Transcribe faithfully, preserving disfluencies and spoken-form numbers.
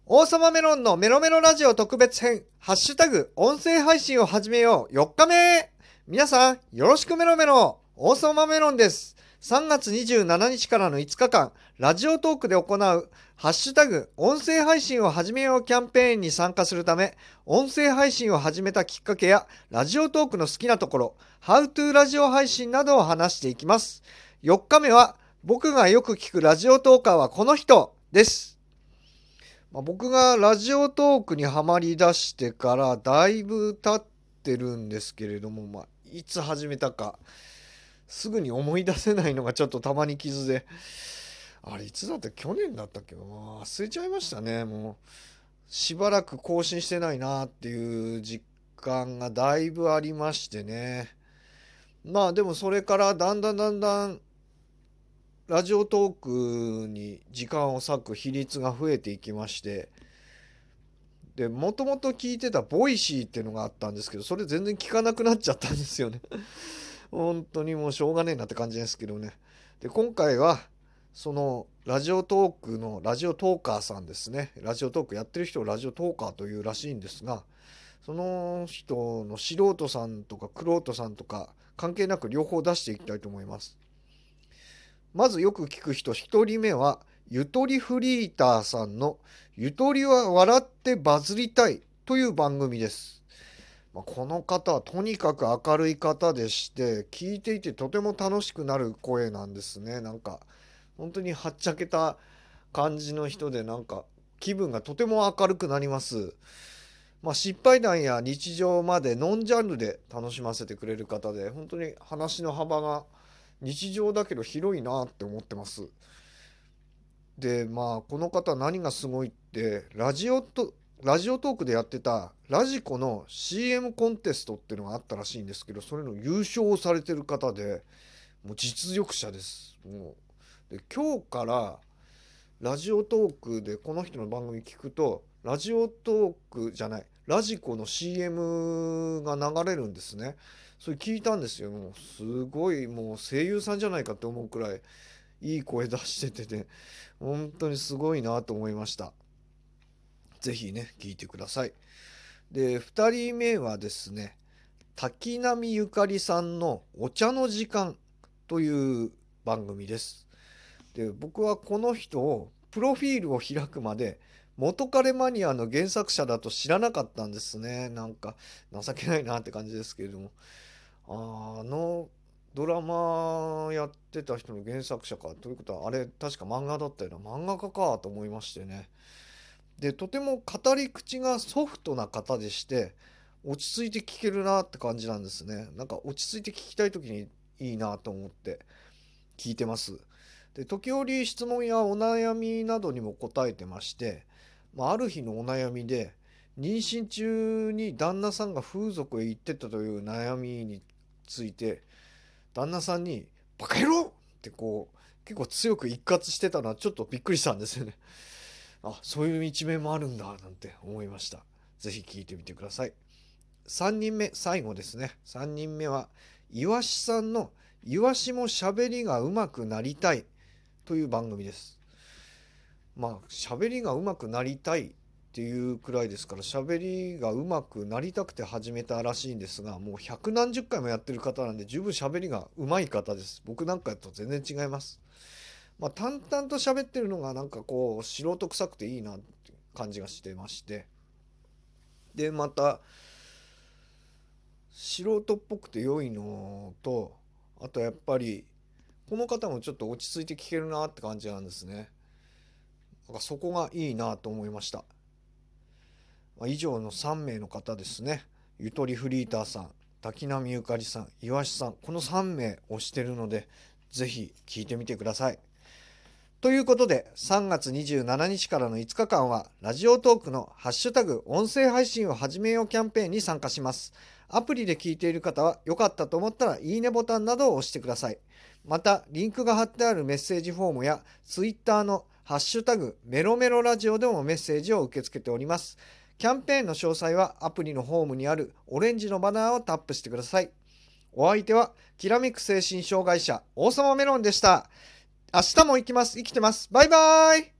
王様メロンのメロメロラジオ特別編、ハッシュタグ、音声配信を始めよう、よっかめ。皆さん、よろしくメロメロ。王様メロンです。さんがつにじゅうしちにちからのいつかかん、ラジオトークで行う、ハッシュタグ、音声配信を始めようキャンペーンに参加するため、音声配信を始めたきっかけや、ラジオトークの好きなところ、How to ラジオ配信などを話していきます。よっかめは、僕がよく聞くラジオトーカーはこの人です。まあ、僕がラジオトークにはまりだしてからだいぶ経ってるんですけれども、まあ、いつ始めたかすぐに思い出せないのがちょっとたまに傷で、あれいつだった去年だったっけな、忘れちゃいましたね。もうしばらく更新してないなっていう実感がだいぶありましてね。まあでもそれからだんだんだんだんラジオトークに時間を割く比率が増えていきまして、でもともと聞いてたボイシーっていうのがあったんですけど、それ全然聞かなくなっちゃったんですよね。本当にもうしょうがねえなって感じですけどね。で今回はそのラジオトークのラジオトーカーさんですね。ラジオトークやってる人をラジオトーカーというらしいんですが、その人の素人さんとか玄人さんとか関係なく両方出していきたいと思います。まずよく聞く人ひとりめはゆとりフリーターさんのゆとりは笑ってバズりたいという番組です。まあ、この方はとにかく明るい方でして、聞いていてとても楽しくなる声なんですね。なんか本当にはっちゃけた感じの人で、なんか気分がとても明るくなります。まあ、失敗談や日常までノンジャンルで楽しませてくれる方で、本当に話の幅が日常だけど広いなって思ってます。でまあこの方何がすごいって、ラジオとラジオトークでやってたラジコの シーエム コンテストっていうのがあったらしいんですけど、それの優勝をされてる方で、もう実力者です。もうで今日からラジオトークでこの人の番組聞くと、ラジオトークじゃないラジコの シーエム が流れるんですね。それ聞いたんですよ。もうすごい、もう声優さんじゃないかって思うくらいいい声出しててね、本当にすごいなと思いました。ぜひね聞いてください。でふたりめはですね、滝波ゆかりさんのお茶の時間という番組です。で僕はこの人をプロフィールを開くまで元彼マニアの原作者だと知らなかったんですね。なんか情けないなって感じですけれども、あのドラマやってた人の原作者かということは、あれ確か漫画だったような、漫画家かと思いましてね。でとても語り口がソフトな方でして、落ち着いて聞けるなって感じなんですね。なんか落ち着いて聞きたい時にいいなと思って聞いてます。で時折質問やお悩みなどにも答えてまして、まあ、ある日のお悩みで、妊娠中に旦那さんが風俗へ行ってたという悩みについて、旦那さんに「バカ野郎!」ってこう結構強く一喝してたのはちょっとびっくりしたんですよね。あ、そういう一面もあるんだなんて思いました。ぜひ聞いてみてください。さんにんめ、最後ですね。さんにんめはイワシさんのイワシも喋りが上手くなりたいという番組です。まあ喋りが上手くなりたいっていうくらいですから、喋りが上手くなりたくて始めたらしいんですが、もう百何十回もやってる方なんで十分喋りが上手い方です。僕なんかと全然違います。まあ淡々と喋ってるのがなんかこう素人臭くていいなって感じがしてまして、でまた素人っぽくて良いのと、あとやっぱりこの方もちょっと落ち着いて聞けるなって感じなんですね。なんかそこがいいなと思いました。まあ、以上のさんめいの方ですね。ゆとりフリーターさん、滝波ゆかりさん、いわしさん、このさんめい推してるので、ぜひ聞いてみてください。ということで、さんがつにじゅうしちにちからのいつかかんは、ラジオトークのハッシュタグ音声配信を始めようキャンペーンに参加します。アプリで聞いている方は、良かったと思ったらいいねボタンなどを押してください。また、リンクが貼ってあるメッセージフォームや、ツイッターのハッシュタグメロメロラジオでもメッセージを受け付けております。キャンペーンの詳細はアプリのホームにあるオレンジのバナーをタップしてください。お相手は、きらめく精神障害者、王様メロンでした。明日も生きます。生きてます。バイバーイ。